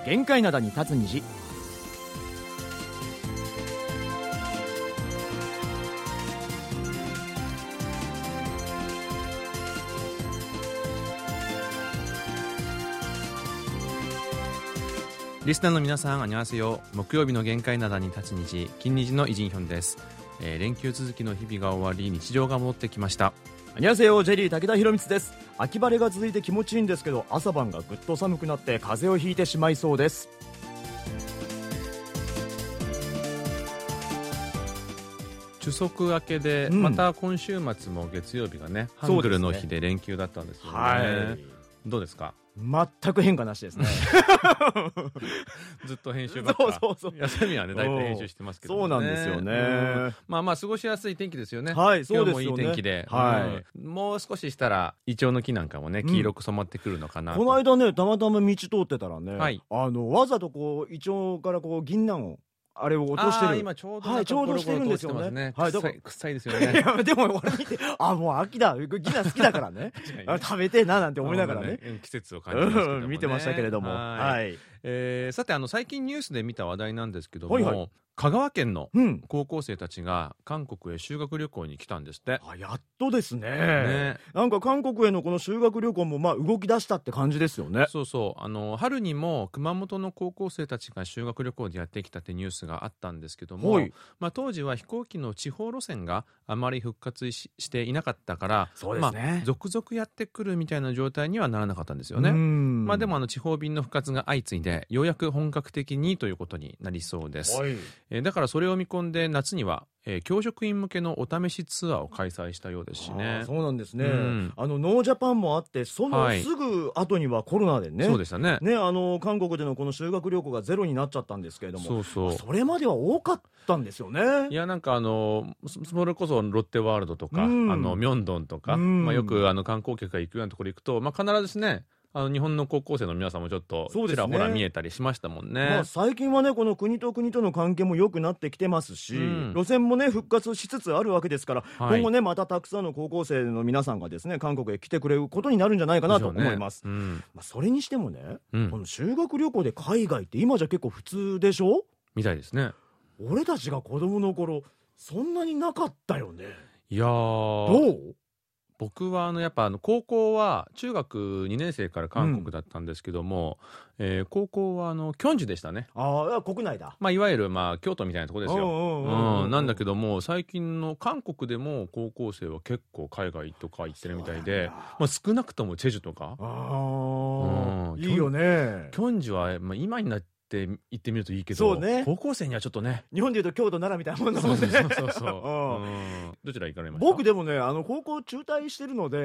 限界灘に立つ虹。 リスナーの皆さん、안녕하세요。木曜日の限界灘に立つ虹、金虹のイジンヒョンです。連休続きの日々が終わり、日常が戻ってきました。 안녕하세요。ジェリー武田博光です。秋晴れが続いて気持ちいいんですけど、朝晩がぐっと寒くなって風邪をひいてしまいそうです。 中足明けで、また今週末も月曜日がね、ハングルの日で連休だったんですよね。はい、どうですか？ 全く変化なしですね。 ずっと編集ばっか。 そう。 休みはね、大体編集してますけどね。 そうなんですよね。 まあ過ごしやすい天気ですよね。 はい、そうですよね。 今日もいい天気で。 はい。 もう少ししたら、イチョウの木なんかもね、黄色く染まってくるのかなと。 この間ね、たまたま道通ってたらね、 はい、 わざとこう、イチョウからこう、銀杏を、あれを落としてる。 今ちょうど、 はい、ちょうどしてるんですよね。 はい、臭いですよね。 いや、でも俺見て、もう秋だ、ギナ好きだからね。食べてえななんて思いながらね。 季節を感じますけどもね。 見てましたけれども。はい。 さて、最近ニュースで見た話題なんですけども、香川県の高校生たちが韓国へ修学旅行に来たんですって。 やっとですね。なんか韓国へのこの修学旅行も動き出したって感じですよね。 そうそう。春にも熊本の高校生たちが修学旅行でやってきたってニュースがあったんですけども、当時は飛行機の地方路線があまり復活していなかったから、 そうですね。 続々やってくるみたいな状態にはならなかったんですよね。でも地方便の復活が相次いで、ようやく本格的にということになりそうです。だからそれを見込んで夏には、教職員向けのお試しツアーを開催したようですしね。 そうなんですね。ノージャパンもあって、そのすぐ後にはコロナでね。 そうでしたね。 韓国でのこの修学旅行がゼロになっちゃったんですけれども、 それまでは多かったんですよね。 いや、なんかそれこそロッテワールドとか、ミョンドンとか、よく観光客が行くようなところ行くと、必ずですね、日本の高校生の皆さんもちょっとちらほら見えたりしましたもんね。 最近はね、この国と国との関係も良くなってきてますし、路線もね復活しつつあるわけですから、今後ねまたたくさんの高校生の皆さんがですね、韓国へ来てくれることになるんじゃないかなと思います。それにしてもね、この修学旅行で海外って今じゃ結構普通でしょ？ みたいですね。 俺たちが子供の頃そんなになかったよね。 いやー、 どう？ 僕はやっぱ高校は中学2年生から韓国だったんですけども、高校はキョンジュでしたね。 国内だ。 いわゆる京都みたいなところですよ。なんだけども、最近の韓国でも高校生は結構海外とか行ってるみたいで、少なくともチェジュとか。 いいよね。 キョンジュは、今になって行ってみるといいけど、高校生にはちょっとね、 日本でいうと京都奈良みたいなもんだもんね。 そうどちら行かれました？ 僕でもね、高校中退してるので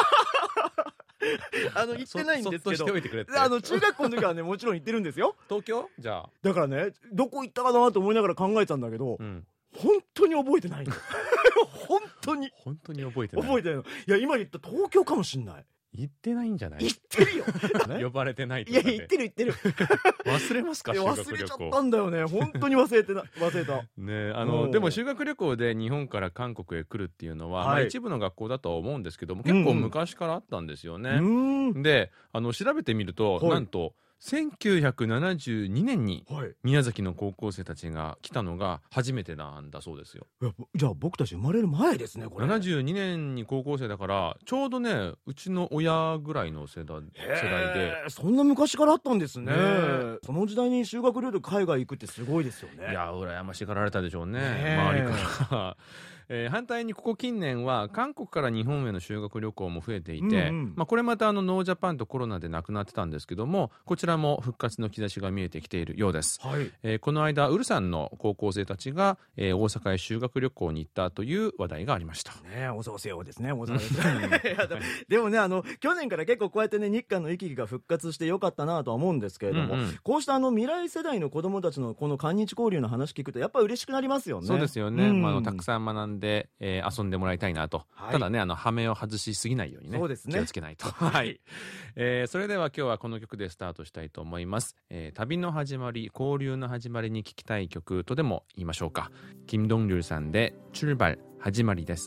行ってないんですけど、中学校の時はねもちろん行ってるんですよ。 東京？じゃあだからね、どこ行ったかなと思いながら考えたんだけど、本当に覚えてないの。本当に覚えてない。 いや、今言った東京かもしんない。 行ってないんじゃない？ 行ってるよ。 呼ばれてないとかで。 いや、行ってる。 忘れますか？修学旅行。 忘れちゃったんだよね。本当に忘れた。 ね、でも修学旅行で日本から韓国へ来るっていうのは、一部の学校だとは思うんですけども、結構昔からあったんですよね。で、調べてみると、なんと1972年に宮崎の高校生たちが来たのが初めてなんだそうですよ。 じゃあ僕たち生まれる前ですね、これ。 72年に高校生だから、ちょうどね、うちの親ぐらいの世代で。 そんな昔からあったんですね。その時代に修学旅行で海外行くってすごいですよね。 いや、羨ましがられたでしょうね、周りから。反対にここ近年は韓国から日本への修学旅行も増えていて、これまたノージャパンとコロナでなくなってたんですけども、こちらも復活の兆しが見えてきているようです。この間ウルサンの高校生たちが、大阪へ修学旅行に行ったという話題がありました。 おそうせよですね。でもね、去年から結構こうやってね、日韓の行き来が復活してよかったなとは思うんですけれども、こうした未来世代の子供たちのこの韓日交流の話聞くとやっぱり嬉しくなりますよね。 そうですよね。たくさん学んで、遊んでもらいたいなと。ただね、羽目を外しすぎないようにね、気をつけないと。はい。それでは今日はこの曲でスタートしたいと思います。旅の始まり、交流の始まりに聴きたい曲とでも言いましょうか。金東龍さんで출발始まりです。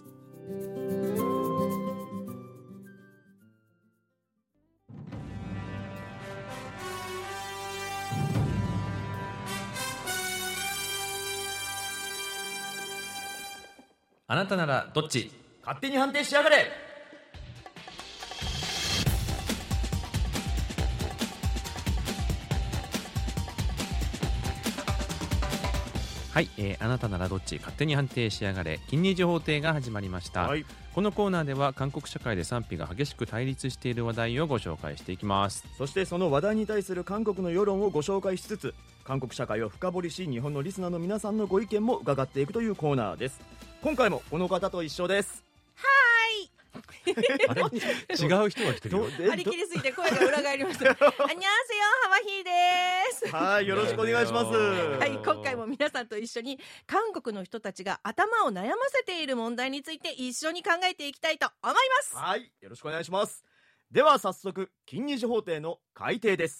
あなたならどっち？ 勝手に判定しやがれ。 はい、あなたならどっち勝手に判定しやがれ金二次法廷が始まりました、はい、このコーナーでは韓国社会で賛否が激しく対立している話題をご紹介していきます。 そしてその話題に対する韓国の世論をご紹介しつつ、韓国社会を深掘りし、日本のリスナーの皆さんのご意見も伺っていくというコーナーです。今回もこの方と一緒です。 あれ違う人が来てるよ。 張り切りすぎて声が裏返りました。アニャーセヨハワヒーです。 はい、よろしくお願いします。 はい、今回も皆さんと一緒に韓国の人たちが頭を悩ませている問題について一緒に考えていきたいと思います。 はい、よろしくお願いします。では早速金二次法廷の開廷です。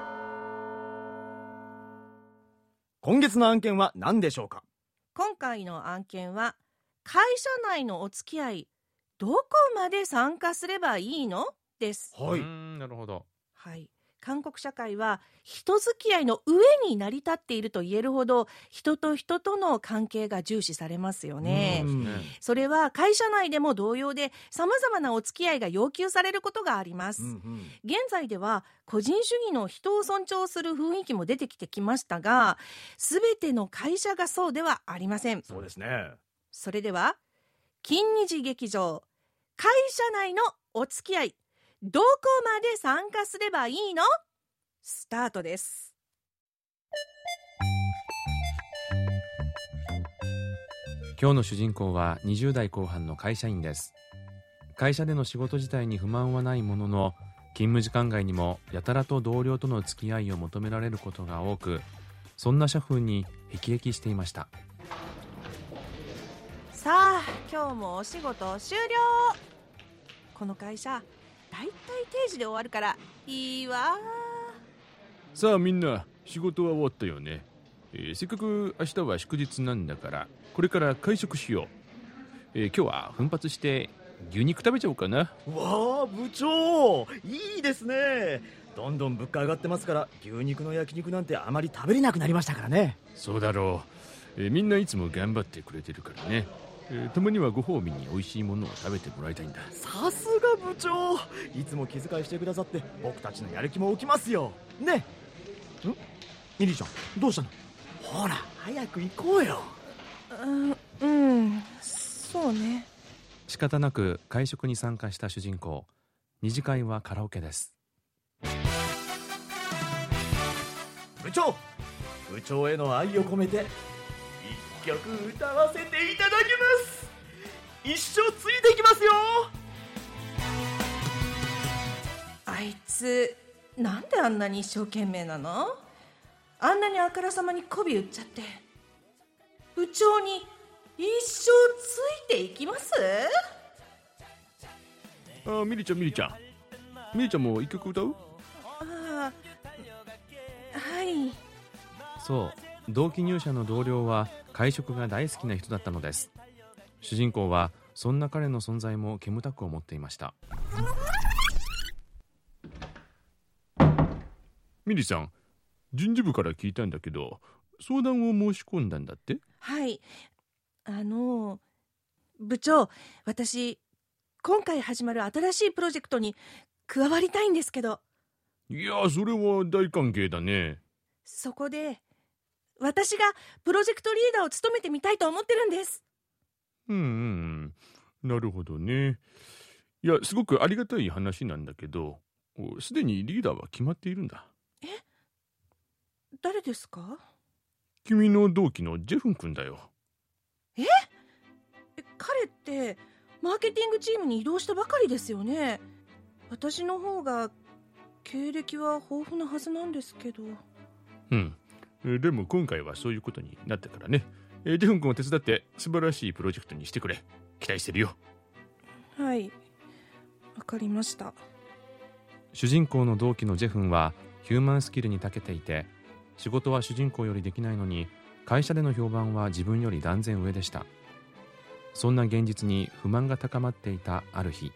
今月の案件は何でしょうか？ 今回の案件は、会社内のお付き合いどこまで参加すればいいのです。 はい、なるほど。 はい、韓国社会は人付き合いの上に成り立っていると言えるほど、人と人との関係が重視されますよね。それは会社内でも同様で、様々なお付き合いが要求されることがあります。現在では個人主義の人を尊重する雰囲気も出てきましたが、すべての会社がそうではありません。 そうですね。 それでは金二次劇場、会社内のお付き合いどこまで参加すればいいの？スタートです。 今日の主人公は20代後半の会社員です。会社での仕事自体に不満はないものの、勤務時間外にもやたらと同僚との付き合いを求められることが多く、そんな社風に辟易していました。 さあ、今日もお仕事終了。この会社だいたい定時で終わるからいいわ。 さあみんな、仕事は終わったよね。せっかく明日は祝日なんだから、これから会食しよう。今日は奮発して牛肉食べちゃおうかな。 わあ、部長いいですね。どんどん物価上がってますから、牛肉の焼肉なんてあまり食べれなくなりましたからね。 そうだろう。みんないつも頑張ってくれてるからね。たまにはご褒美に美味しいものを食べてもらいたいんだ。 さすが部長、いつも気遣いしてくださって僕たちのやる気も起きますよね。ミリーちゃんどうしたの？ほら早く行こうよ。 そうね。 仕方なく会食に参加した主人公。二次会はカラオケです。 部長への愛を込めて一曲歌わせていただきます。一生ついていきますよ。 あいつなんであんなに一生懸命なの？あんなにあからさまに媚び売っちゃって、部長に一生ついていきます？ ミリちゃんミリちゃんも一曲歌う？ はい。 そう、同期入社の同僚は会食が大好きな人だったのです。主人公はそんな彼の存在も煙たく思っていました。ミリさん、人事部から聞いたんだけど、相談を申し込んだんだって？ はい、部長、私今回始まる新しいプロジェクトに加わりたいんですけど。 いや、それは大歓迎だね。 そこで私がプロジェクトリーダーを務めてみたいと思ってるんです。 なるほどね。いや、すごくありがたい話なんだけど、すでにリーダーは決まっているんだ。 誰ですか？ 君の同期のジェフン君だよ。 彼ってマーケティングチームに移動したばかりですよね。私の方が経歴は豊富なはずなんですけど。 でも今回はそういうことになったからね。ジェフン君を手伝って素晴らしいプロジェクトにしてくれ。期待してるよ。 はい、わかりました。 主人公の同期のジェフンはヒューマンスキルに長けていて、仕事は主人公よりできないのに、会社での評判は自分より断然上でした。そんな現実に不満が高まっていたある日。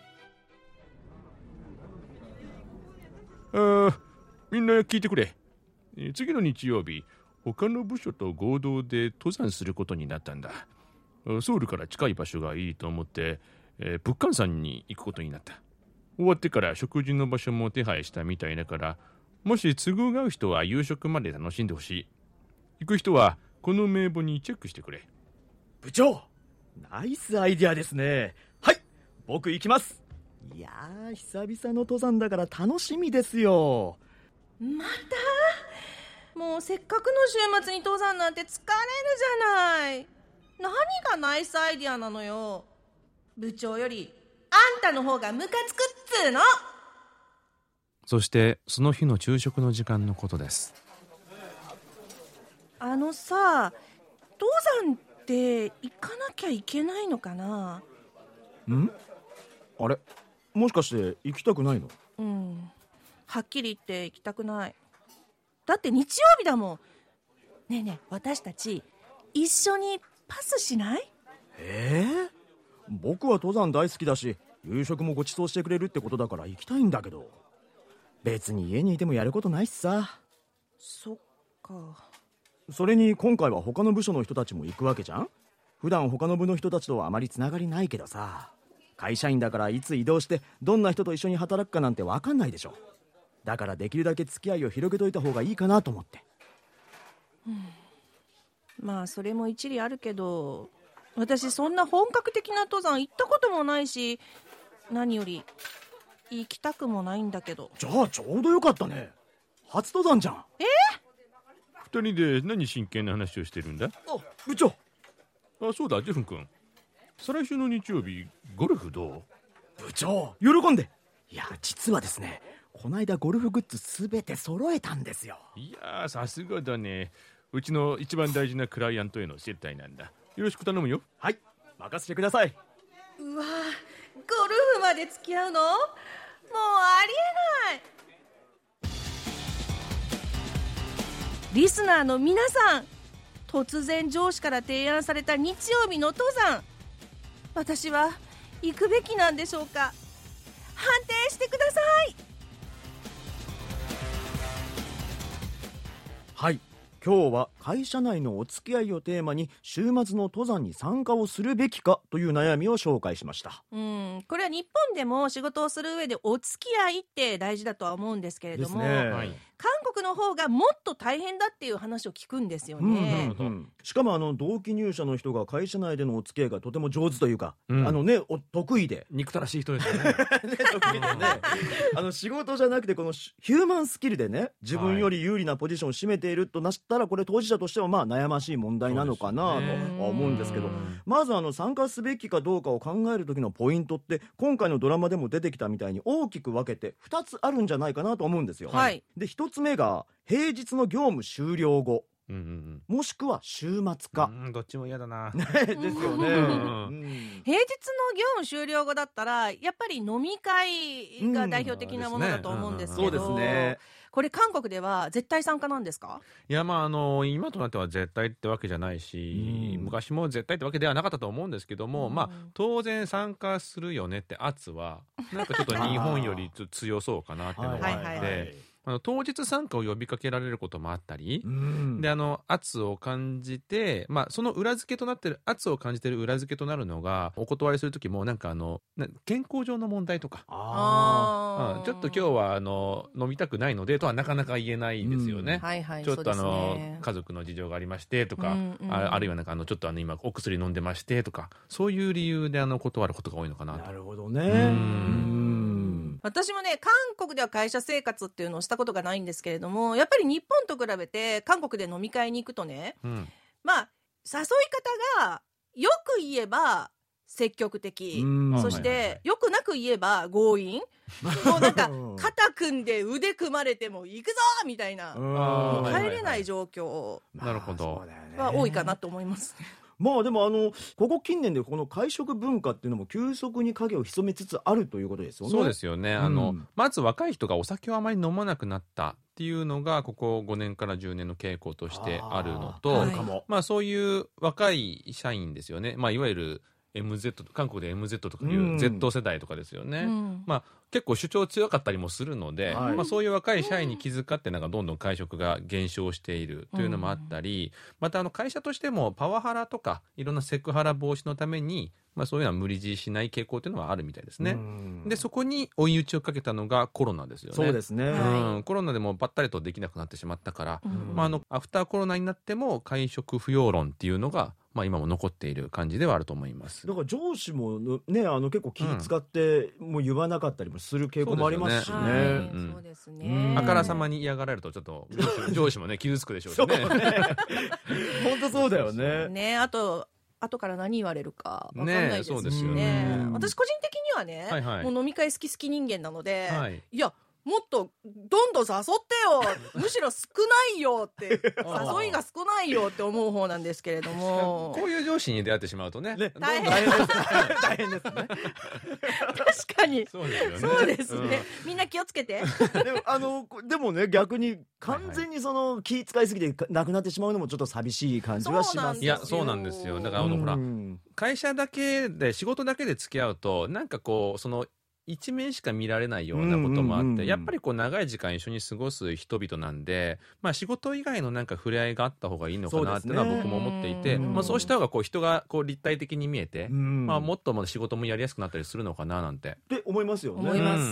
みんな聞いてくれ。次の日曜日、他の部署と合同で登山することになったんだ。 ソウルから近い場所がいいと思って、仏漢山に行くことになった。終わってから食事の場所も手配したみたいだから、もし都合が合う人は夕食まで楽しんでほしい。行く人はこの名簿にチェックしてくれ。 部長、ナイスアイデアですね。はい、僕行きます。いやー、久々の登山だから楽しみですよ。 またもうせっかくの週末に登山なんて疲れるじゃない。何がナイスアイデアなのよ。部長よりあんたの方がムカつくっつーの。 そしてその日の昼食の時間のことです。 さ、登山って行かなきゃいけないのかな。 あれ、もしかして行きたくないの？ はっきり言って行きたくない。だって日曜日だもん。ねえねえ、私たち一緒にパスしない？ 僕は登山大好きだし、夕食もご馳走してくれるってことだから行きたいんだけど、別に家にいてもやることないしさ。 そっか。 それに今回は他の部署の人たちも行くわけじゃん。普段他の部の人たちとはあまりつながりないけどさ、会社員だからいつ移動してどんな人と一緒に働くかなんて分かんないでしょ。だからできるだけ付き合いを広げといた方がいいかなと思って。 まあそれも一理あるけど、私そんな本格的な登山行ったこともないし、何より行きたくもないんだけど。 じゃあちょうどよかったね。初登山じゃん。 二人で何真剣な話をしてるんだ？ 部長。 そうだ、ジェフン君、再来週の日曜日ゴルフどう？部長、喜んで。いや、実はですね、こないだゴルフグッズすべて揃えたんですよ。 いやー、さすがだね。うちの一番大事なクライアントへの接待なんだ。よろしく頼むよ。 はい、任せてください。 うわ、ゴルフまで付き合うの？もうありえない。リスナーの皆さん、突然上司から提案された日曜日の登山、私は行くべきなんでしょうか？判定してください。 はい、今日は会社内のお付き合いをテーマに週末の登山に参加をするべきかという悩みを紹介しました。 これは日本でも仕事をする上でお付き合いって大事だとは思うんですけれども、韓国の方がもっと大変だっていう話を聞くんですよね。 しかも同期入社の人が会社内でのお付き合いがとても上手というか、得意で憎たらしい人ですよね。 得意でね仕事じゃなくてこのヒューマンスキルでね、自分より有利なポジションを占めているとなったら、これ当事者としてはまあ悩ましい問題なのかなとは思うんですけど、まず参加すべきかどうかを考える時のポイントって、今回のドラマでも出てきたみたいに大きく分けて2つあるんじゃないかなと思うんですよ。で、1つ目が平日の業務終了後、もしくは週末か。 どっちも嫌だな。 ですよね。 平日の業務終了後だったらやっぱり飲み会が代表的なものだと思うんですけど、 そうですね。 これ韓国では絶対参加なんですか？ いや、今となっては絶対ってわけじゃないし、昔も絶対ってわけではなかったと思うんですけども、当然参加するよねって圧はなんかちょっと日本より強そうかなっていうのがあって、当日参加を呼びかけられることもあったり、で圧を感じて、その裏付けとなってる圧を感じてる裏付けとなるのが、お断りする時もなんか健康上の問題とか、ちょっと今日は飲みたくないのでとはなかなか言えないですよね。ちょっと家族の事情がありましてとか、あるいはなんかちょっと今お薬飲んでましてとか、そういう理由で断ることが多いのかなと。 なるほどね。 私もね、韓国では会社生活っていうのをしたことがないんですけれども、やっぱり日本と比べて韓国で飲み会に行くとね、誘い方がよく言えば積極的、そしてよくなく言えば強引、もうなんか肩組んで腕組まれても行くぞみたいな、もう帰れない状況は多いかなと思います。 でもここ近年でこの会食文化っていうのも急速に影を潜めつつあるということですよね。 そうですよね。まず若い人がお酒をあまり飲まなくなったっていうのがここ5年から10年の傾向としてあるのと、そういう若い社員ですよね。いわゆるMZ、韓国で MZ とかいう Z 世代とかですよね。 結構主張強かったりもするので、 はい、 そういう若い社員に気遣ってなんかどんどん会食が減少しているというのもあったり、また会社としてもパワハラとかいろんなセクハラ防止のために、そういうのは無理強いしない傾向というのはあるみたいですね。でそこに追い打ちをかけたのがコロナですよね。 そうですね、 コロナでもばったりとできなくなってしまったから、アフターコロナになっても会食不要論っていうのが今も残っている感じではあると思います。 だから上司もね、結構気使ってもう言わなかったりもする傾向もありますしね。 そうですね。 あからさまに嫌がられるとちょっと上司もね傷つくでしょうしね。 本当そうだよね。 ね、あと後から何言われるか分かんないですしそうですよね。 私個人的にはね、もう飲み会好き人間なので、いやもっとどんどん誘ってよむしろ少ないよって誘いが少ないよって思う方なんですけれどもこういう上司に出会ってしまうとね大変ですね確かにそうですね、みんな気をつけてでもね、逆に完全にその気遣いすぎてなくなってしまうのもちょっと寂しい感じはします。 いやそうなんですよ。だからほら会社だけで仕事だけで付き合うとなんかこうその一面しか見られないようなこともあって、やっぱりこう長い時間一緒に過ごす人々なんで、仕事以外のなんか触れ合いがあった方がいいのかなっていうのは僕も思っていて、そうした方がこう人がこう立体的に見えて、もっと仕事もやりやすくなったりするのかななんてって思いますよね。 思います。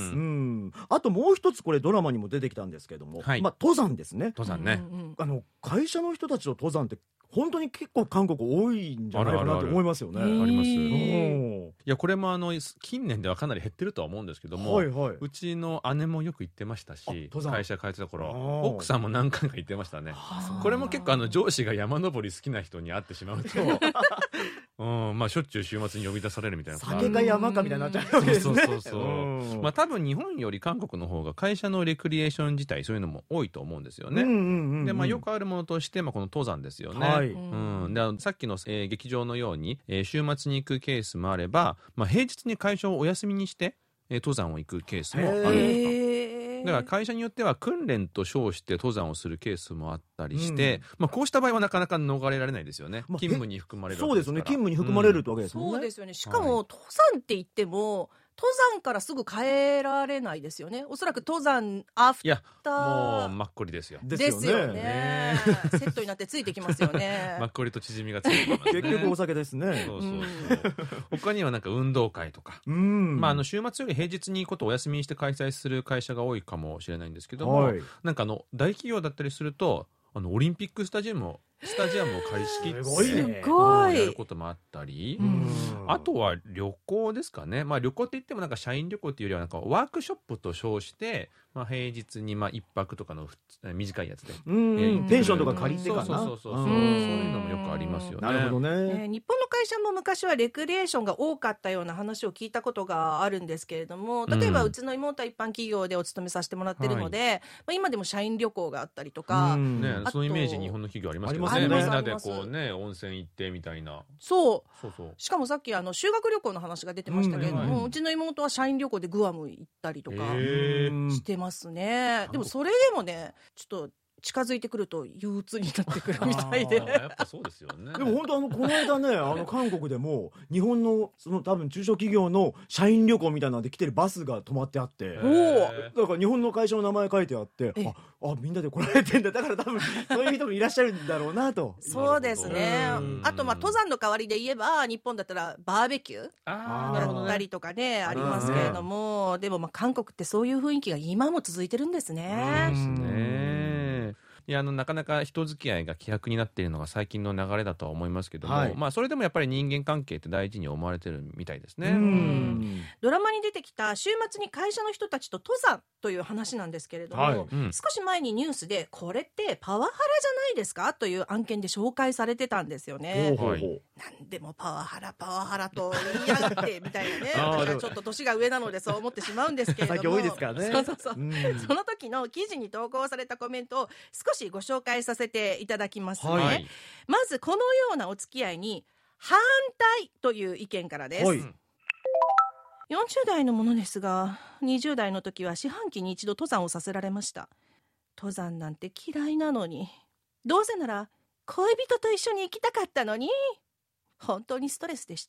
あともう一つこれドラマにも出てきたんですけれども、登山ですね。 登山ね。 会社の人たちの登山って本当に結構韓国多いんじゃないかなと思いますよね。 あります。いやこれも近年ではかなり減ってるとは思うんですけども、うちの姉もよく行ってましたし、会社通ってた頃奥さんも何回か行ってましたね。これも結構上司が山登り好きな人に会ってしまうとしょっちゅう週末に呼び出されるみたいな。 酒か山かみたいになっちゃうわけですね。 そう多分日本より韓国の方が会社のレクリエーション自体そういうのも多いと思うんですよね。でよくあるものとしてこの登山ですよね。でさっきの劇場のように週末に行くケースもあれば平日に会社をお休みにして登山を行くケースもあると。だから会社によっては訓練と称して登山をするケースもあったりして、こうした場合はなかなか逃れられないですよね。勤務に含まれるわけですから。そうですね、 勤務に含まれるわけですもんね。 そうですよね。しかも登山って言っても登山からすぐ帰られないですよね。おそらく登山アフターもうマッコリですよ。 ですよね。セットになってついてきますよね。 マッコリとチヂミがついてきますね。 結局お酒ですね。 そう他にはなんか運動会とか、週末より平日にことお休みにして開催する会社が多いかもしれないんですけども、なんか大企業だったりするとオリンピックスタジアムを借り仕切ってやることもあったり、あとは旅行ですかね。旅行って言ってもなんか社員旅行っていうよりはなんかワークショップと称して平日に一泊とかの短いやつでペンションとか借りてかな。 そういうのもよくありますよね。 なるほどね。 日本の会社も昔はレクリエーションが多かったような話を聞いたことがあるんですけれども、例えばうちの妹は一般企業でお勤めさせてもらってるので、今でも社員旅行があったりとか、 そのイメージ日本の企業ありますけどね。みんなでこうね温泉行ってみたいな。しかもさっき修学旅行の話が出てましたけれども、うちの妹は社員旅行でグアム行ったりとかしてますね。でもそれでもねちょっと近づいてくると憂鬱になってくるみたいで。やっぱそうですよね。 でも本当この間ね韓国でも日本のその多分中小企業の社員旅行みたいなので来てるバスが止まってあって、だから日本の会社の名前書いてあって、みんなで来られてんだ。だから多分そういう人もいらっしゃるんだろうなと。 そうですね。あと登山の代わりで言えば日本だったらバーベキューだったりとかねありますけれども、でも韓国ってそういう雰囲気が今も続いてるんですね。 いやなかなか人付き合いが希薄になっているのが最近の流れだとは思いますけども、それでもやっぱり人間関係って大事に思われてるみたいですね。 ドラマに出てきた週末に会社の人たちと登山という話なんですけれども、少し前にニュースでこれってパワハラじゃないですかという案件で紹介されてたんですよね。なんでもパワハラと言いやがってみたいなね。私はちょっと年が上なのでそう思ってしまうんですけれども、 最近多いですからね。 その時の記事に投稿されたコメントを少しご紹介させていただきますね。まずこのようなお付き合いに反対という意見からです。40代のものですが20代の時は四半期に一度登山をさせられました。登山なんて嫌いなのに、どうせなら恋人と一緒に行きたかったのに、本当にストレスでした。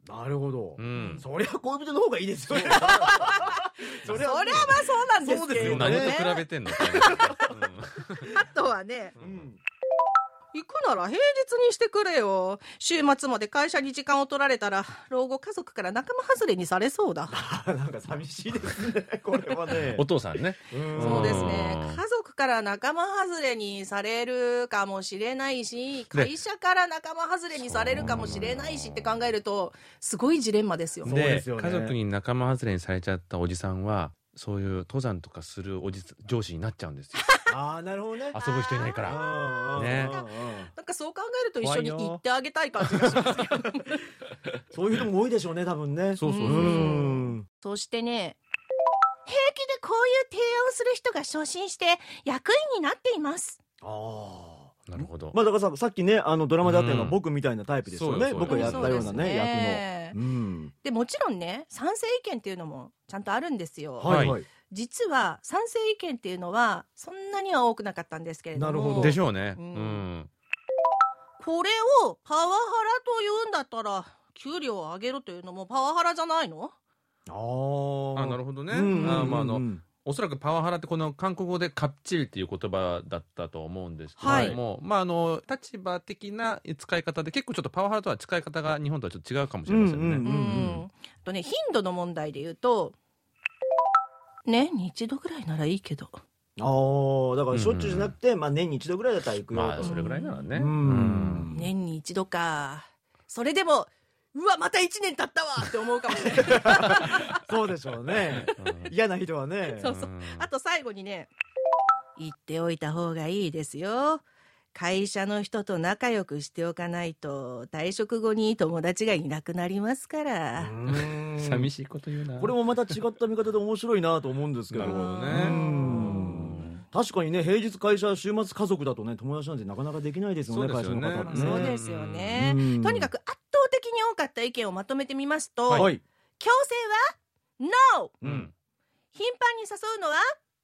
なるほど、 うん、 そりゃ恋人の方がいいですよねそりゃまあそうなんですけどね。 何と比べてんのあとはね、行くなら平日にしてくれよ。週末まで会社に時間を取られたら老後家族から仲間外れにされそうだなんか寂しいですねこれはねお父さんね。 そうですね、家族から仲間外れにされるかもしれないし、会社から仲間外れにされるかもしれないしって考えるとすごいジレンマですよ。 で、家族に仲間外れにされちゃったおじさんはそういう登山とかする上司になっちゃうんですよああ、なるほどね。 遊ぶ人いないからね。 なんかそう考えると一緒に行ってあげたい感じがしますけどそういう人も多いでしょうね、多分ね。 そうそうそうそう。 そしてね、平気でこういう提案をする人が昇進して役員になっています。 ああ、 なるほど。 まあだからさっきね、ドラマであったような僕みたいなタイプですよね。僕がやったようなね、役の。 でもちろんね、賛成意見っていうのもちゃんとあるんですよ。 はいはい。 実は賛成意見っていうのはそんなには多くなかったんですけれども。 なるほど。 でしょうね。 これをパワハラというんだったら給料を上げろというのもパワハラじゃないの？ あ、なるほどね。おそらくパワハラってこの韓国語でカプチルっていう言葉だったと思うんですけども、立場的な使い方で結構ちょっとパワハラとは使い方が日本とはちょっと違うかもしれませんね。 あとね、頻度の問題で言うと年に一度ぐらいならいいけど。 だからしょっちゅうじゃなくて、年に一度ぐらいだったら行くよと。 まあそれぐらいならね。 年に一度か。それでもうわまた1年経ったわって思うかもしれないそうでしょうね。嫌な人はね。 そうそう。あと最後にね、言っておいた方がいいですよ。会社の人と仲良くしておかないと退職後に友達がいなくなりますから。 寂しいこと言うな。 これもまた違った見方で面白いなと思うんですけど。 なるほどね。 確かにね、平日会社週末家族だとね、友達なんてなかなかできないですよね。会社の方ってね。 そうですよね。とにかく圧倒的に多かった意見をまとめてみますと、強制は NO、頻繁に誘うのは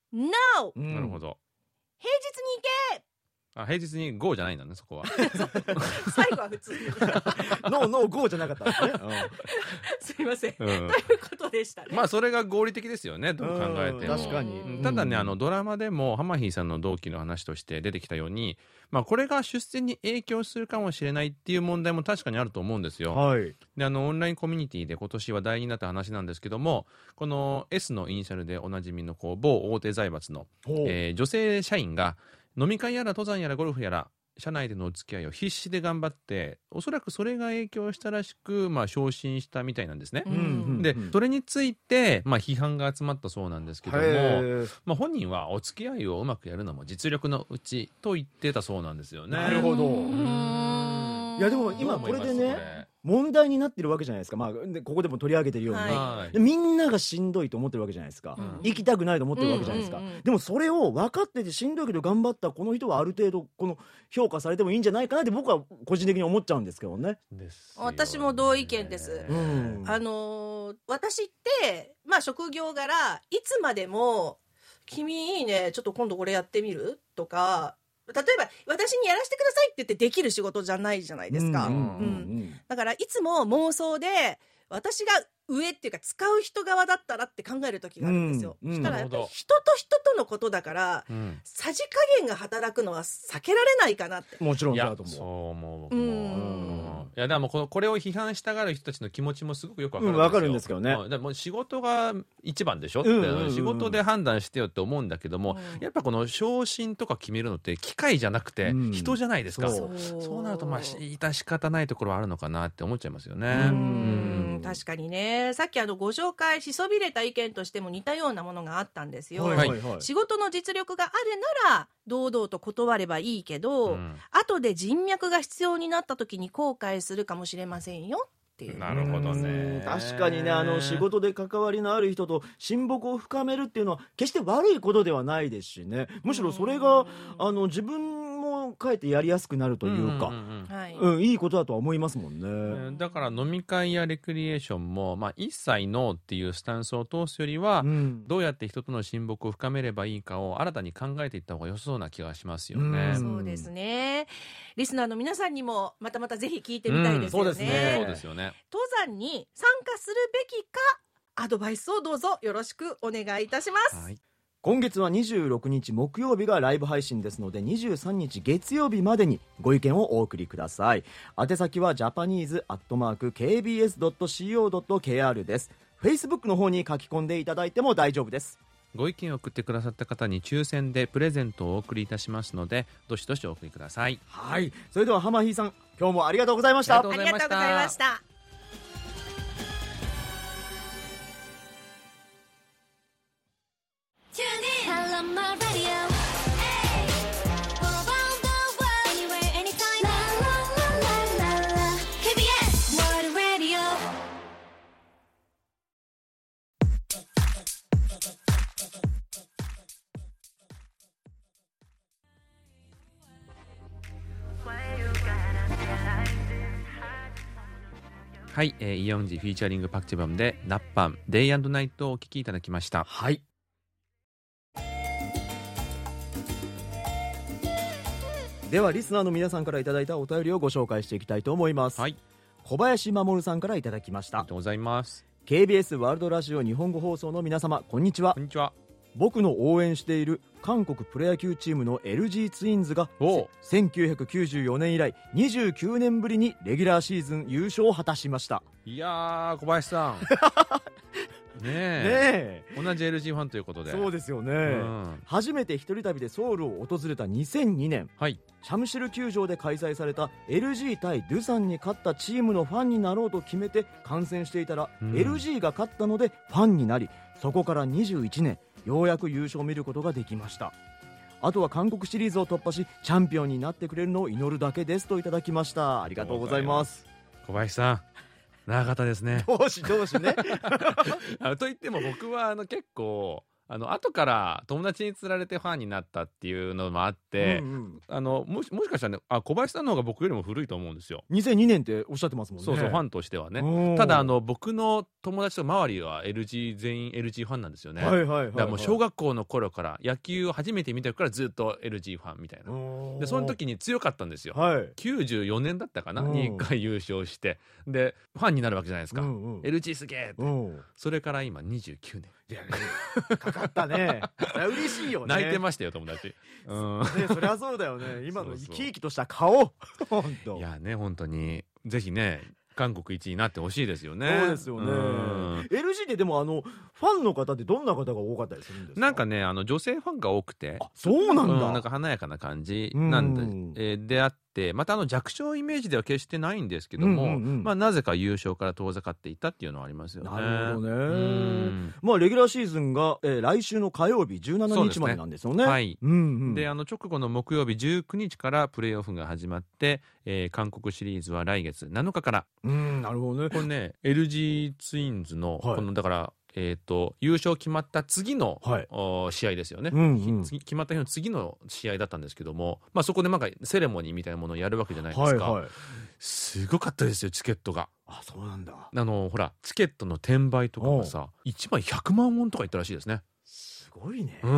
NO、 なるほど。 平日に行け。 平日に GO じゃないんだね、そこは。 最後は普通にノー GO じゃなかったんですね。 すいません、ということでしたね。 まあそれが合理的ですよね、どう考えても。 確かに。 ただね、ドラマでもハマヒーさんの同期の話として出てきたように、これが出世に影響するかもしれないっていう問題も確かにあると思うんですよ。で、オンラインコミュニティで今年話題になった話なんですけども、この S のイニシャルでおなじみの某大手財閥の、女性社員が飲み会やら登山やらゴルフやら社内でのお付き合いを必死で頑張って、おそらくそれが影響したらしく、昇進したみたいなんですね。で、それについて、批判が集まったそうなんですけども、本人はお付き合いをうまくやるのも実力のうちと言ってたそうなんですよね。 なるほど。いやでも今これでね、問題になってるわけじゃないですか。ここでも取り上げてるように、みんながしんどいと思ってるわけじゃないですか。行きたくないと思ってるわけじゃないですか。でもそれを分かっててしんどいけど頑張ったこの人はある程度この評価されてもいいんじゃないかなって僕は個人的に思っちゃうんですけどね。 私も同意見です。私って職業柄いつまでも君いいね、ちょっと今度これやってみるとか、例えば私にやらせてくださいって言ってできる仕事じゃないじゃないですか。だからいつも妄想で私が上っていうか使う人側だったらって考える時があるんですよ。そしたらやっぱり人と人とのことだから、さじ加減が働くのは避けられないかなって。 もちろんだと思う。そう思う僕も。いやでもこれを批判したがる人たちの気持ちもすごくよくわかるんですけどね。 でも仕事が一番でしょって、仕事で判断してよって思うんだけども、やっぱこの昇進とか決めるのって機械じゃなくて人じゃないですか。そうなると致し方ないところはあるのかなって思っちゃいますよね。 確かにね。さっきご紹介しそびれた意見としても似たようなものがあったんですよ。仕事の実力があるなら堂々と断ればいいけど、後で人脈が必要になった時に後悔するかもしれませんよっていう。 なるほどね。 確かにね、仕事で関わりのある人と親睦を深めるっていうのは決して悪いことではないですしね。むしろそれが自分も考えてやりやすくなるというか、いいことだとは思いますもんね。 だから飲み会やレクリエーションも、一切ノーっていうスタンスを通すよりは、どうやって人との親睦を深めればいいかを新たに考えていった方が良さそうな気がしますよね。 そうですね。リスナーの皆さんにもまたぜひ聞いてみたいですよね。 そうですよね。 登山に参加するべきかアドバイスをどうぞよろしくお願いいたします。 はい、今月は26日木曜日がライブ配信ですので、23日月曜日までにご意見をお送りください。宛先は japanese@kbs.co.kr です。 Facebook の方に書き込んでいただいても大丈夫です。 ご意見を送ってくださった方に抽選でプレゼントをお送りいたしますので、どしどしお送りください。 はい、それでは浜ひさん、今日もありがとうございました。 ありがとうございました。 はい、イヨンジフィーチャリングパクチバムでナッパンデイ&ナイトをお聴きいただきました。 はい、ではリスナーの皆さんからいただいたお便りをご紹介していきたいと思います。 はい、 小林守さんからいただきました。 ありがとうございます。 KBS ワールドラジオ日本語放送の皆様、こんにちは。 こんにちは。 僕の応援している韓国プロ野球チームの LG ツインズが1994年以来29年ぶりにレギュラーシーズン優勝を果たしました。 いやー、小林さんねえ同じ LG ファンということで。 そうですよね、初めて一人旅でソウルを訪れた2002年、 はい、 チャムシル球場で開催された LG 対ドゥサンに勝ったチームのファンになろうと決めて観戦していたら、LG が勝ったのでファンになり、そこから21年ようやく優勝を見ることができました。あとは韓国シリーズを突破しチャンピオンになってくれるのを祈るだけですといただきました。ありがとうございます。 小林さん、長かったですね。 どうしねと言っても僕は結構後から友達に釣られてファンになったっていうのもあって、もしかしたらね、小林さんの方が僕よりも古いと思うんですよ。 2002年っておっしゃってますもんね。 そうそう、ファンとしてはね。ただ僕の友達と周りは LG 全員 LG ファンなんですよね。だからもう小学校の頃から野球を初めて見たからずっと LG ファンみたいな。でその時に強かったんですよ。94年だったかなに1回優勝して、でファンになるわけじゃないですか。LG すげえって。それから今29年。 いやかかったね。嬉しいよね。 泣いてましたよ友達。 そりゃそうだよね。今の生き生きとした顔。本当。 いやね、本当にぜひね韓国一になってほしいですよね。 そうですよね。LG ででもファンの方ってどんな方が多かったりするんですか？ なんかね女性ファンが多くて。 そうなんだ。 なんか華やかな感じなんで、であって、また弱小イメージでは決してないんですけども、なぜか優勝から遠ざかっていったっていうのはありますよね。 なるほどね。レギュラーシーズンが来週の火曜日17日までなんですよね。はい。で直後の木曜日19日からプレーオフが始まって、韓国シリーズは来月7日から。 なるほどね。 これね LG ツインズのこのだから優勝決まった次の、試合ですよね。決まった日の次の試合だったんですけども、そこでなんかセレモニーみたいなものをやるわけじゃないですか。すごかったですよチケットが。 そうなんだ。 ほらチケットの転売とかがさ1枚100万ウォンとかいったらしいですね。 すごいね。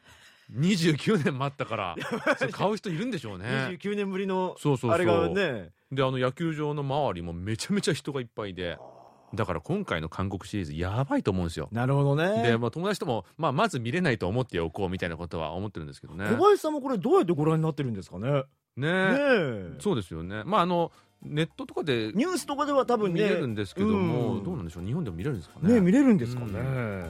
29年待ったから買う人いるんでしょうね。 29年ぶりのあれがね。 で野球場の周りもめちゃめちゃ人がいっぱいで。だから今回の韓国シリーズやばいと思うんですよ。 なるほどね。 で、友達とも、まず見れないと思っておこうみたいなことは思ってるんですけどね。 小林さんもこれどうやってご覧になってるんですかね。 そうですよね。ネットとかでニュースとかでは多分ね見れるんですけども、どうなんでしょう。日本でも見れるんですかね。 見れるんですかね。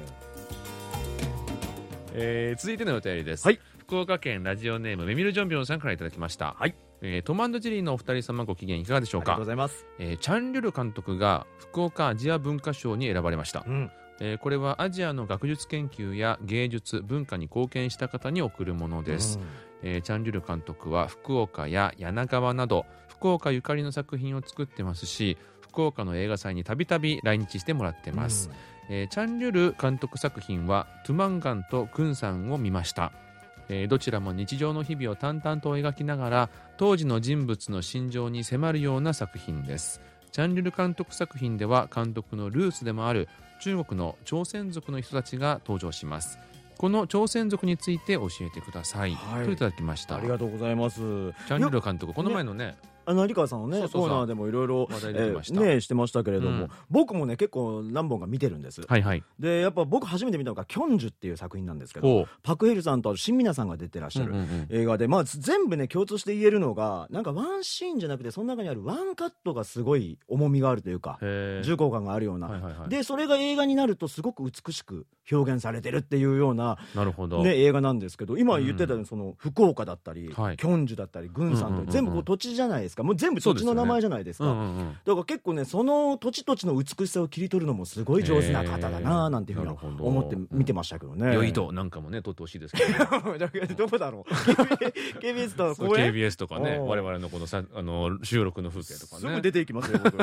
続いてのお便りです。 はい。 福岡県ラジオネームメミルジョンビョンさんからいただきました。はい。トム&ジェリーのお二人様ご機嫌いかがでしょうか。 ありがとうございます。 チャン・リュル監督が福岡アジア文化賞に選ばれました。これはアジアの学術研究や芸術文化に貢献した方に贈るものです。チャン・リュル監督は福岡や柳川など福岡ゆかりの作品を作ってますし、福岡の映画祭にたびたび来日してもらってます。チャン・リュル監督作品はトゥマンガンとクンさんを見ました。 どちらも日常の日々を淡々と描きながら当時の人物の心情に迫るような作品です。チャン・リュル監督作品では監督のルーツでもある中国の朝鮮族の人たちが登場します。この朝鮮族について教えてください、といただきました。 ありがとうございます。チャン・リュル監督、この前のね有川さんのねコーナーでもいろいろしてましたけれども、僕もね結構何本か見てるんです。でやっぱ僕初めて見たのがキョンジュっていう作品なんですけど、パクヘルさんとシンミナさんが出てらっしゃる映画で、全部ね共通して言えるのがなんかワンシーンじゃなくてその中にあるワンカットがすごい重みがあるというか重厚感があるような、でそれが映画になるとすごく美しく表現されてるっていうような映画なんですけど、今言ってたその福岡だったりキョンジュだったり軍さんと全部こう土地じゃないですか。もう全部土地の名前じゃないですか。だから結構ねその土地土地の美しさを切り取るのもすごい上手な方だななんていうふうに思って見てましたけどね。 良いとなんかもね撮ってほしいですけどどこだろうKBS とか KBS とかね、我々のこの収録の風景とかねすぐ出ていきますよ僕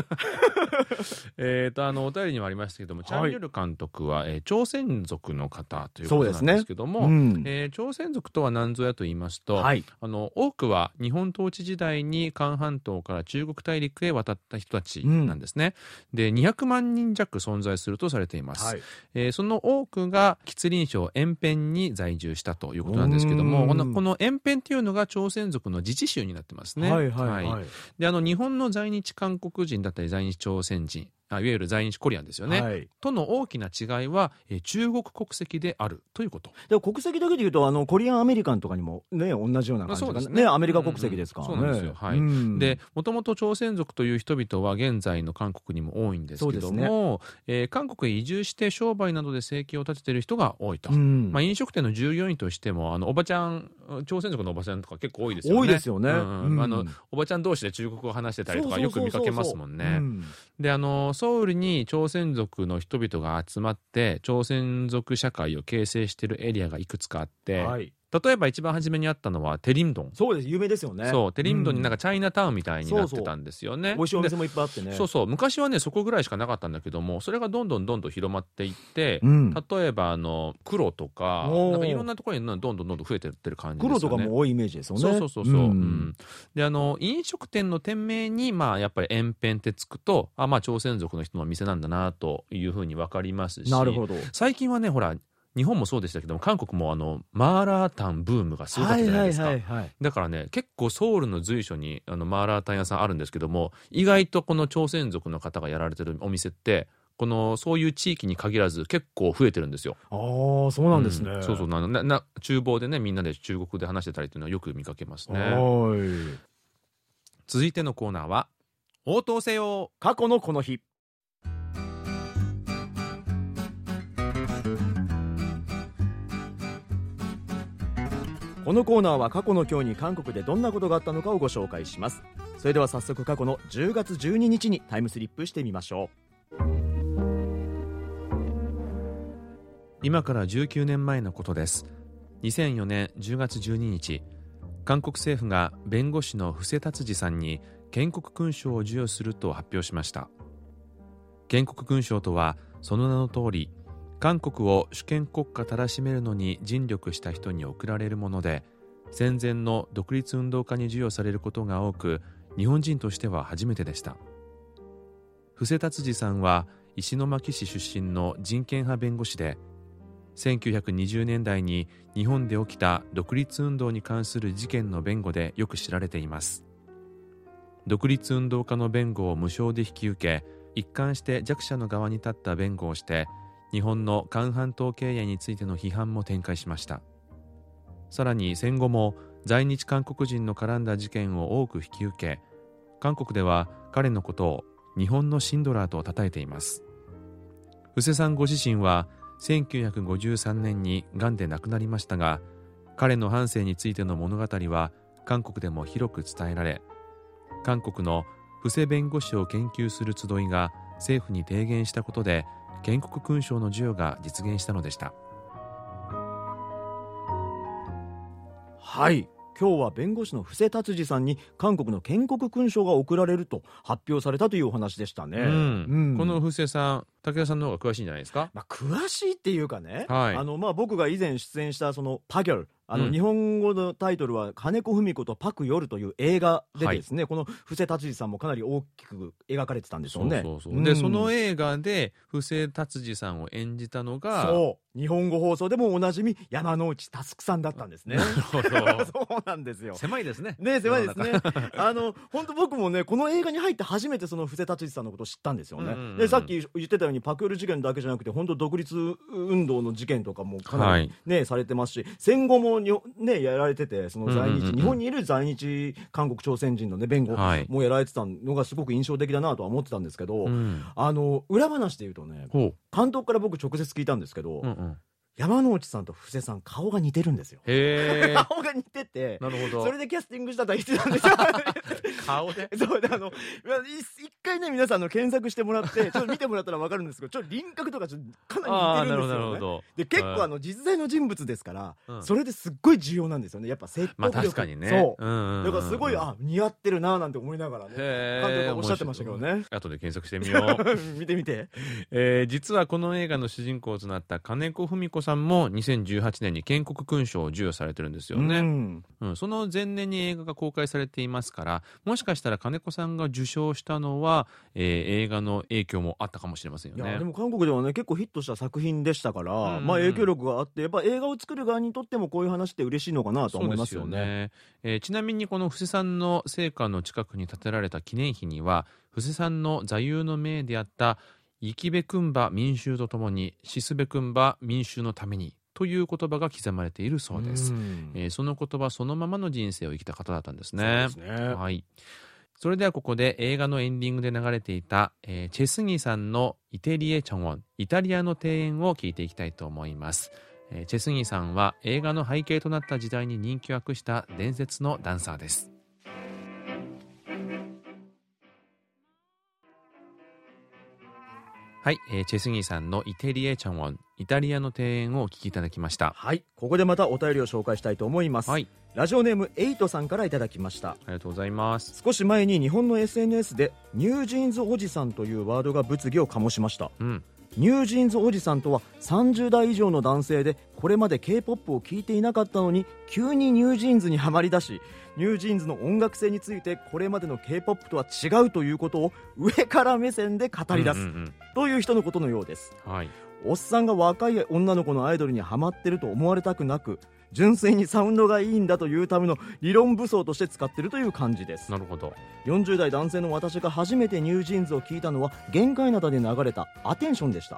お便りにもありましたけども、チャン・リュル監督は朝鮮族の方ということなんですけども、朝鮮族とは何ぞやと言いますと、多くは日本統治時代に韓半島から中国大陸へ渡った人たちなんですね。で200万人弱存在するとされています。その多くが吉林省延辺に在住したということなんですけども、この延辺というのが朝鮮族の自治州になってますね。で日本の在日韓国人だったり在日朝鮮人、いわゆる在日コリアンですよね、との大きな違いは中国国籍であるということ。 で国籍だけでいうとコリアンアメリカンとかにもね同じような感じがね、アメリカ国籍ですからね。 そうなんですよ。でもともと朝鮮族という人々は現在の韓国にも多いんですけども、韓国へ移住して商売などで生計を立てている人が多いと。飲食店の従業員としてもおばちゃん、朝鮮族のおばちゃんとか結構多いですよね。 多いですよね。 おばちゃん同士で中国語を話してたりとかよく見かけますもんね。でソウルに朝鮮族の人々が集まって朝鮮族社会を形成しているエリアがいくつかあって、例えば一番初めにあったのはテリンドン。 そうです、有名ですよね。 そう、テリンドンになんかチャイナタウンみたいになってたんですよね。 美味しいお店もいっぱいあってね。 昔はねそこぐらいしかなかったんだけども、それがどんどん広まっていって、例えば黒とかなんかいろんなところにどんどん増えてってる感じですよね。 黒とかも多いイメージですよね。 で飲食店の店名にやっぱり延辺ってつくと朝鮮族の人の店なんだなというふうに分かりますし、 なるほど。 最近はねほら日本もそうでしたけども韓国もマーラータンブームがすごかったじゃないですか。だからね結構ソウルの随所にマーラータン屋さんあるんですけども、意外とこの朝鮮族の方がやられてるお店ってそういう地域に限らず結構増えてるんですよ。 そうなんですね。 厨房でねみんなで中国で話してたりっていうのはよく見かけますね。続いてのコーナーは応答せよ過去のこの日。このコーナーは過去の今日に韓国でどんなことがあったのかをご紹介します。それでは早速過去の10月12日にタイムスリップしてみましょう。 今から19年前のことです。2004年10月12日、韓国政府が弁護士の布施達治さんに建国勲章を授与すると発表しました。建国勲章とはその名の通り、韓国を主権国家たらしめるのに尽力した人に贈られるもので、戦前の独立運動家に授与されることが多く、日本人としては初めてでした。布施達治さんは石巻市出身の人権派弁護士で、1920年代に日本で起きた独立運動に関する事件の弁護でよく知られています。独立運動家の弁護を無償で引き受け、一貫して弱者の側に立った弁護をして、日本の韓半島経営についての批判も展開しました。さらに戦後も在日韓国人の絡んだ事件を多く引き受け、韓国では彼のことを日本のシンドラーと称えています。布施さんご自身は1953年にがんで亡くなりましたが、彼の半生についての物語は韓国でも広く伝えられ、韓国の布施弁護士を研究する集いが政府に提言したことで、建国勲章の授与が実現したのでした。 はい、今日は弁護士の布施達治さんに韓国の建国勲章が贈られると発表されたというお話でしたね。 この布施さん、武田さんの方が詳しいんじゃないですか。 詳しいっていうかね、僕が以前出演したそのパギョル日本語のタイトルは金子文子とパク・ヨルという映画でですね、この布施達治さんもかなり大きく描かれてたんでしょうね。 でその映画で布施達治さんを演じたのが、 日本語放送でもおなじみ山之内佑さんだったんですね。 なるほどそうなんですよ。 狭いですね。 狭いですね。本当僕もね、この映画に入って初めてその布施達治さんのことを知ったんですよね。でさっき言ってたようにパク・ヨル事件だけじゃなくて、本当独立運動の事件とかもかなりね、されてますし、戦後もねやられてて、その在日、日本にいる在日韓国朝鮮人のね弁護もやられてたのがすごく印象的だなとは思ってたんですけど、裏話で言うとね、監督から僕直接聞いたんですけど、山之内さんと布施さん顔が似てるんですよ。顔が似てて、 なるほど。 それでキャスティングしたとは言ってたんですよ。 顔で。 そうで一回ね皆さんの検索してもらってちょっと見てもらったら分かるんですけど、ちょっと輪郭とかかなり似てるんですよね。で結構実在の人物ですから、それですっごい重要なんですよね。やっぱ説得力。 確かにね。 そう。だからすごい似合ってるななんて思いながらね、監督がおっしゃってましたけどね。 後で検索してみよう。見てみて。 実はこの映画の主人公となった金子文子さんも2018年に建国勲章を授与されてるんですよね。その前年に映画が公開されていますから、もしかしたら金子さんが受賞したのは、映画の影響もあったかもしれませんよね。 いやでも韓国ではね結構ヒットした作品でしたから、影響力があって、やっぱ映画を作る側にとってもこういう話って嬉しいのかなと思いますよね。 ちなみにこの布施さんの生家の近くに建てられた記念碑には、布施さんの座右の銘であった生きべくんば民衆とともに、死すべくんば民衆のためにという言葉が刻まれているそうです。その言葉そのままの人生を生きた方だったんですね。 そうですね。 はい。それではここで映画のエンディングで流れていた、チェスギさんのイテリエチョンウォン、イタリアの庭園を聞いていきたいと思います。チェスギさんは映画の背景となった時代に人気を博した伝説のダンサーです。はい、チェスギさんのイテリエチョンウォン、イタリアの庭園をお聞きいただきました。 はい、ここでまたお便りを紹介したいと思います。はい、ラジオネームエイトさんからいただきました。 ありがとうございます。 少し前に日本の SNS でニュージーンズおじさんというワードが物議を醸しました。ニュージーンズおじさんとは30代以上の男性で、これまで K-POP を聴いていなかったのに急にニュージーンズにはまりだし、ニュージーンズの音楽性についてこれまでの K-POP とは違うということを上から目線で語り出すという人のことのようです。おっさんが若い女の子のアイドルにはまってると思われたくなく、純粋にサウンドがいいんだというための理論武装として使っているという感じです。 なるほど。 40代男性の私が初めてニュージーンズを聞いたのは限界灘で流れたアテンションでした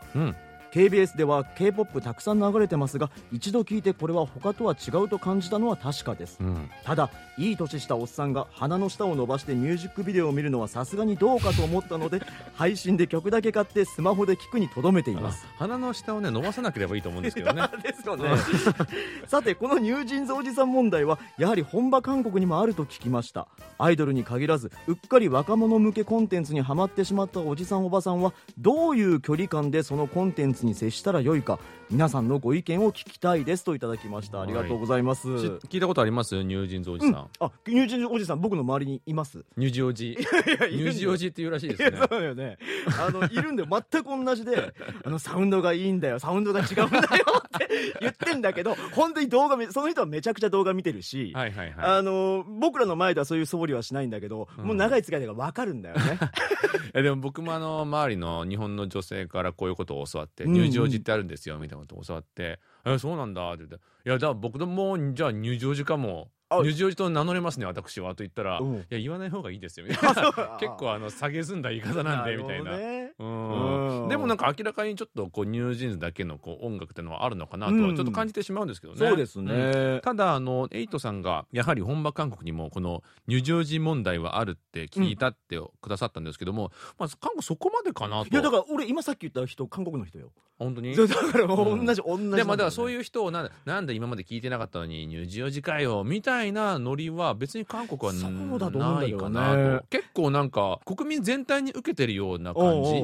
。KBS では K-POP たくさん流れてますが、一度聞いてこれは他とは違うと感じたのは確かです。ただいい年したおっさんが鼻の下を伸ばしてミュージックビデオを見るのはさすがにどうかと思ったので、配信で曲だけ買ってスマホで聞くにとどめています。 鼻の下をね伸ばさなければいいと思うんですけどね。 ですよね。さてこのニュージーンズおじさん問題はやはり本場韓国にもあると聞きました。アイドルに限らずうっかり若者向けコンテンツにハマってしまったおじさんおばさんはどういう距離感でそのコンテンツに接したらよいか、皆さんのご意見を聞きたいですといただきました。ありがとうございます。 聞いたことあります？ニュージーンズおじさん。 ニュージーンズおじさん僕の周りにいます。 ニュージおじニュージおじっていうらしいですね。 そうよね。いるんで全く同じでサウンドがいいんだよ、サウンドが違うんだよって言ってんだけど、本当にその人はめちゃくちゃ動画見てるし、僕らの前ではそういう素振りはしないんだけど、もう長い付き合いが分かるんだよね。 でも僕も周りの日本の女性からこういうことを教わって、ニュージおじってあるんですよみたいなことを教わって、そうなんだって言って、いやじゃあ僕もじゃあニュージおじかもニュージおじと名乗れますね私はと言ったら、いや言わない方がいいですよみたいな結構下げすんだ言い方なんでみたいな。でもなんか明らかにちょっとこうニュージーンズだけのこう音楽っていうのはあるのかなとはちょっと感じてしまうんですけどね。 そうですね。 ただエイトさんがやはり本場韓国にもこのニュージョージ問題はあるって聞いたってくださったんですけども、韓国そこまでかなと。 いやだから俺今さっき言った人韓国の人よ。 本当に？ だから同じでもだからそういう人をなんで今まで聞いてなかったのにニュージョージかよみたいなノリは別に韓国はないかなと。結構なんか国民全体に受けてるような感じ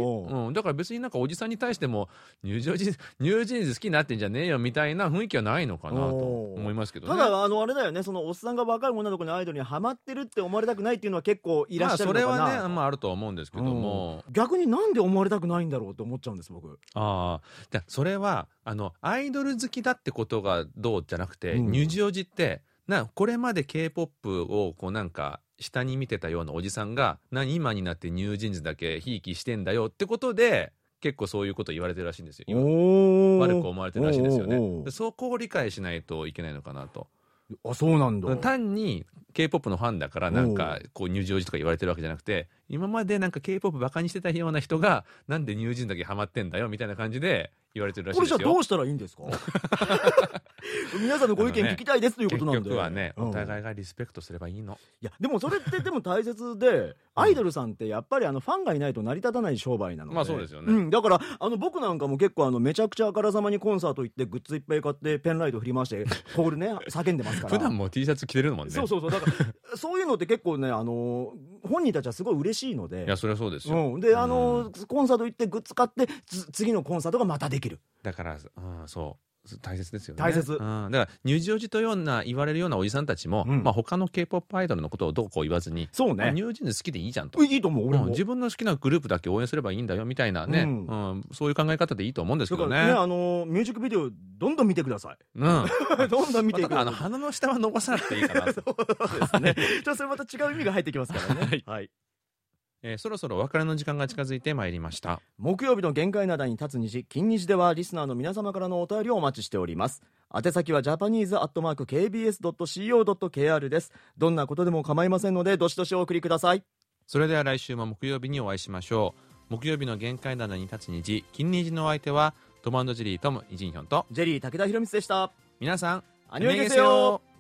だから別になんかおじさんに対してもニュージーンズ好きになってんじゃねえよみたいな雰囲気はないのかなと思いますけどね。 ただあれだよね、そのおっさんが若い女の子のアイドルにハマってるって思われたくないっていうのは結構いらっしゃるのかな。 それはね、あるとは思うんですけども、 逆になんで思われたくないんだろうって思っちゃうんです僕。 それはアイドル好きだってことがどうじゃなくて、ニュージオジってこれまで K-POP をこうなんか下に見てたようなおじさんが今になってニュージーンズだけひいきしてんだよってことで結構そういうこと言われてるらしいんですよ。悪く思われてるらしいんですよね。そこを理解しないといけないのかなと。 そうなんだ。 単に K-POP のファンだからなんかこうニュージオジとか言われてるわけじゃなくて、今までなんか K-POP バカにしてたような人がなんでニュージーンズだけハマってんだよみたいな感じで言われてるらしいですよ。 これじゃあどうしたらいいんですか？皆さんのご意見聞きたいですということなんで。 結局はね、お互いがリスペクトすればいいの。 いやでもそれってでも大切で、アイドルさんってやっぱりファンがいないと成り立たない商売なので。 そうですよね。 だから僕なんかも結構めちゃくちゃあからさまにコンサート行ってグッズいっぱい買ってペンライト振り回してコールね叫んでますから。 普段も T シャツ着てるもんね。 そうだからそういうのって結構ね本人たちはすごい嬉しいので。 いやそれはそうですよ。 でコンサート行ってグッズ買って次のコンサートがまたできる。 だからそう大切ですよね。 大切。 だからニュージオジと言われるようなおじさんたちも、他の K-POP アイドルのことをどうこう言わずに、 そうね、 ニュージーンズ好きでいいじゃんと。 いいと思う。俺も自分の好きなグループだけ応援すればいいんだよみたいなね、そういう考え方でいいと思うんですけどね。 だからね、ミュージックビデオどんどん見てください。どんどん見てください。 鼻の下は伸ばさなくていいかなと。 そうですね。じゃあそれまた違う意味が入ってきますからね。はい。 そろそろお別れの時間が近づいてまいりました。 木曜日の限界灘に立つ虹、金虹ではリスナーの皆様からのお便りをお待ちしております。宛先は japanese@kbs.co.kr です。どんなことでも構いませんのでどしどしお送りください。 それでは来週も木曜日にお会いしましょう。木曜日の限界灘に立つ虹、金虹のお相手はトム&ジェリートムイジンヒョンとジェリー武田博光でした。 皆さんアニョイゲセヨ。